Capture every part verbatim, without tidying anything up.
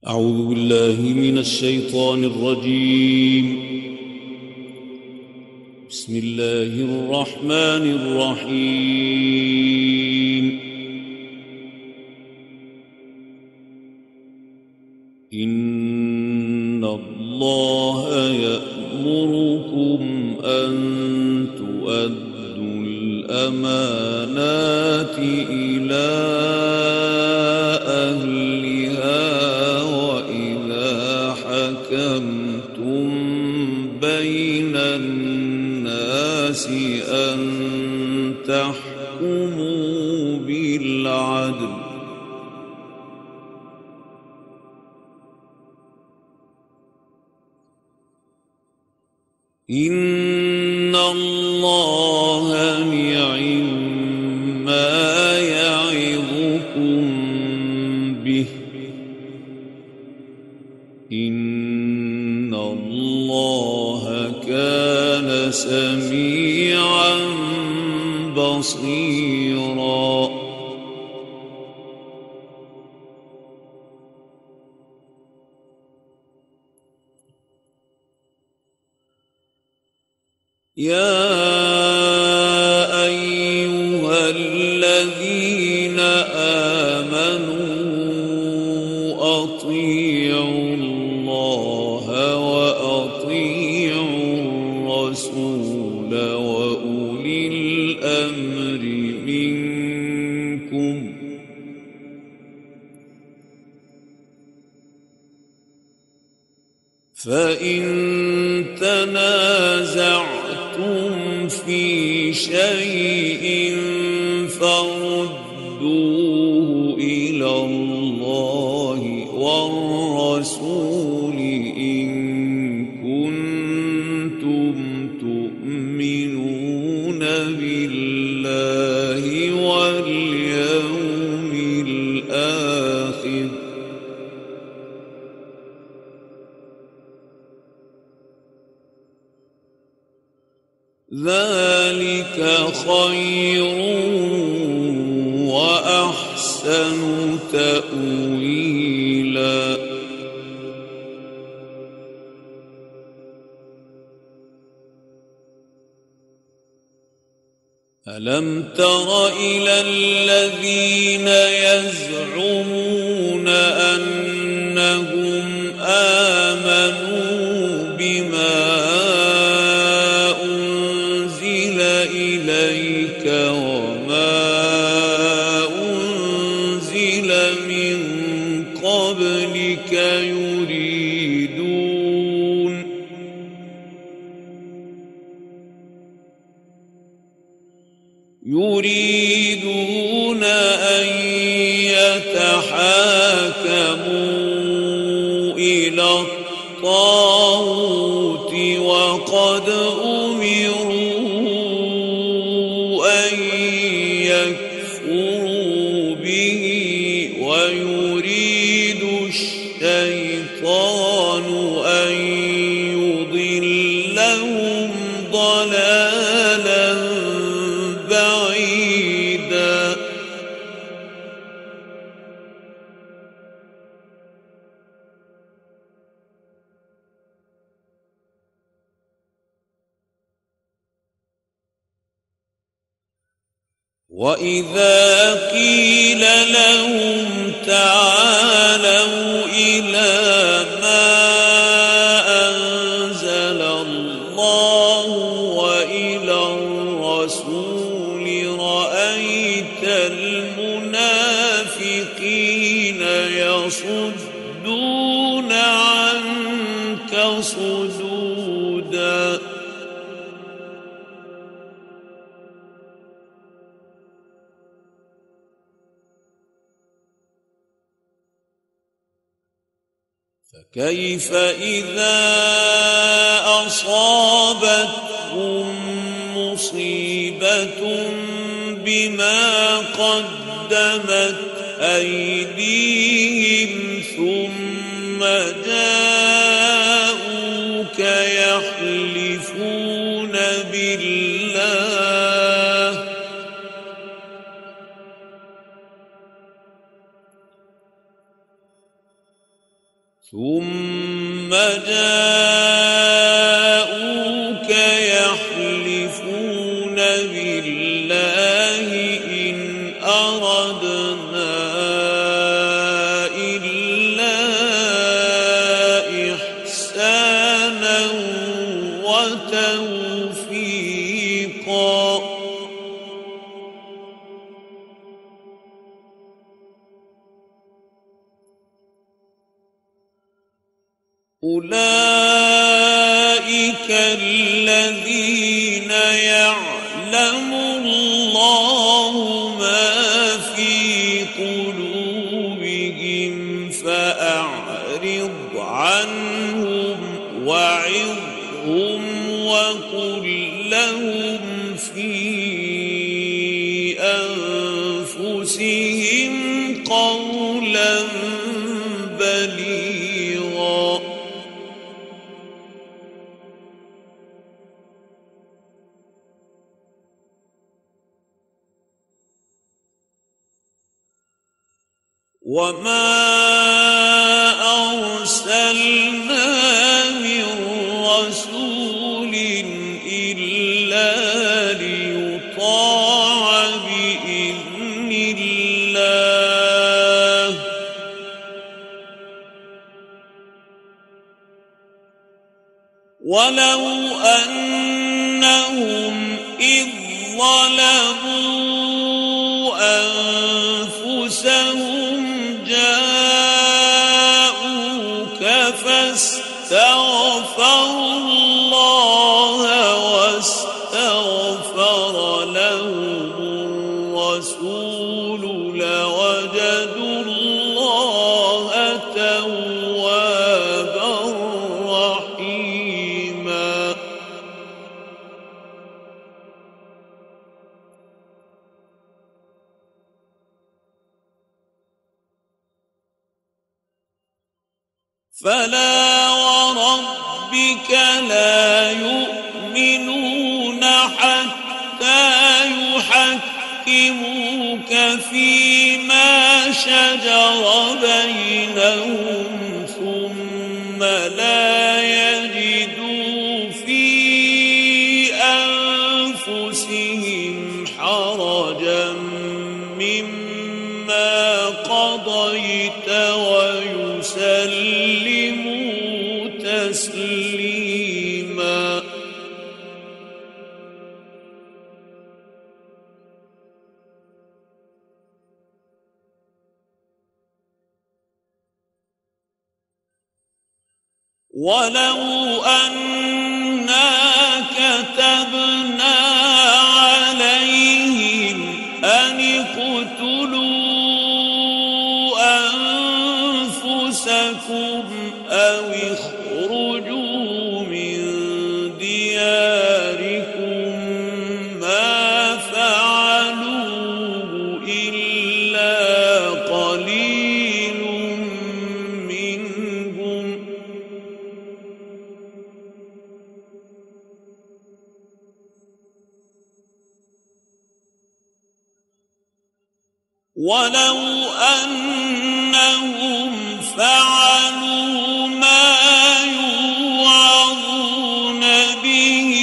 أعوذ بالله من الشيطان الرجيم. بسم الله الرحمن الرحيم. إن الله يأمركم أن تؤدوا الأمانات إلى أهلها وإذا حكمتم بين الناس أن تحكموا بالعدل. إن الله نعما يعظكم به، إن الله كان سميعا بصيرا. يا أيها الذين آمنوا أطيعوا الله وأطيعوا الرسول وأولي الأمر منكم، فإن تنازعتم في شيء فردوه إلى الله والرسول إن كنتم تؤمنون بالله واليوم الآخر، ذلك خير وأحسن تأويلا. ألم تر إلى الذين يزعمون أنهم آمنوا بما إليك وما أنزل من قبلك يريدون يريدون أن يتحاكموا إلى الطاغوت وقد أمروا يكفروا به ويريد الشيطان أن يضلهم ضلالا بعيدا. وإذا قيل لهم تعالوا إلى ما أنزل الله وإلى الرسول رأيت المنافقين يصدون عنك صدودا. فكيف إذا أصابتهم مصيبة بما قدمت أيديهم ثم جاءوك يحلفون بالله ثم جاءوك يحلفون بالله إن أردنا إلا إحسانا وتوفيقا أولئك الذين يعلم الله ما في قلوبهم فأعرض عنهم وعظهم وقل لهم في أنفسهم قولا بليغا وما أرسلنا من رسول إلا ليطاع بإذن الله ولو أنهم إذ ظلموا أنفسهم جاءوك فاستغفروا الله واستغفر لهم الرسول لوجدوا الله توابا رحيما فلا وربك لا يؤمنون حتى يحكموك فيما شجر بينهم ثم لا يجدوا في أنفسهم حرجا مما قضيت ويسلموا تسليما ولو أنا كتبنا عليهم أن اقتلوا أنفسكم أو اخرجوا من دياركم ما فعلوه إلا قليل منهم ولو أنهم فعلوا ما يوعظون به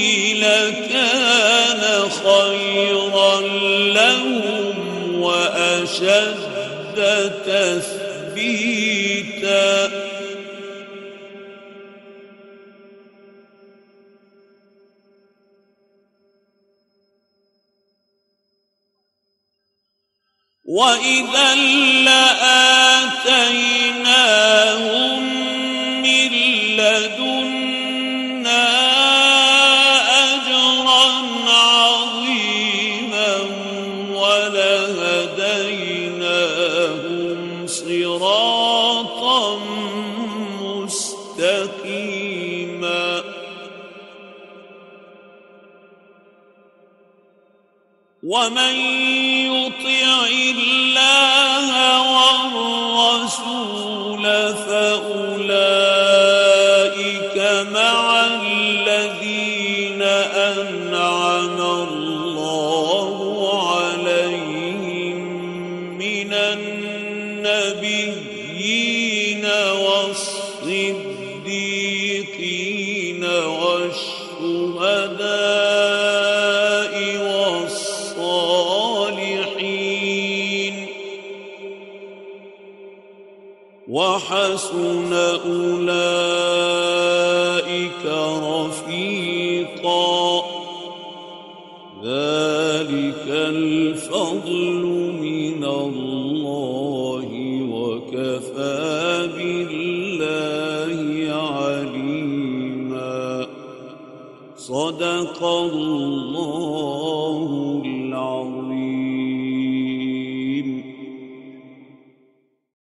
لكان خيرا لهم وأشد تثبيتا وإذا لآتيناهم من لدنا أجرا عظيما ولهديناهم صراطا مستقيما ومن يطع الله والرسول فأولئك مع الذين أنعم الله عليهم من النبيين والصالحين وحسن أولئك رفيقا ذلك الفضل من الله وكفى بالله عليما صدق الله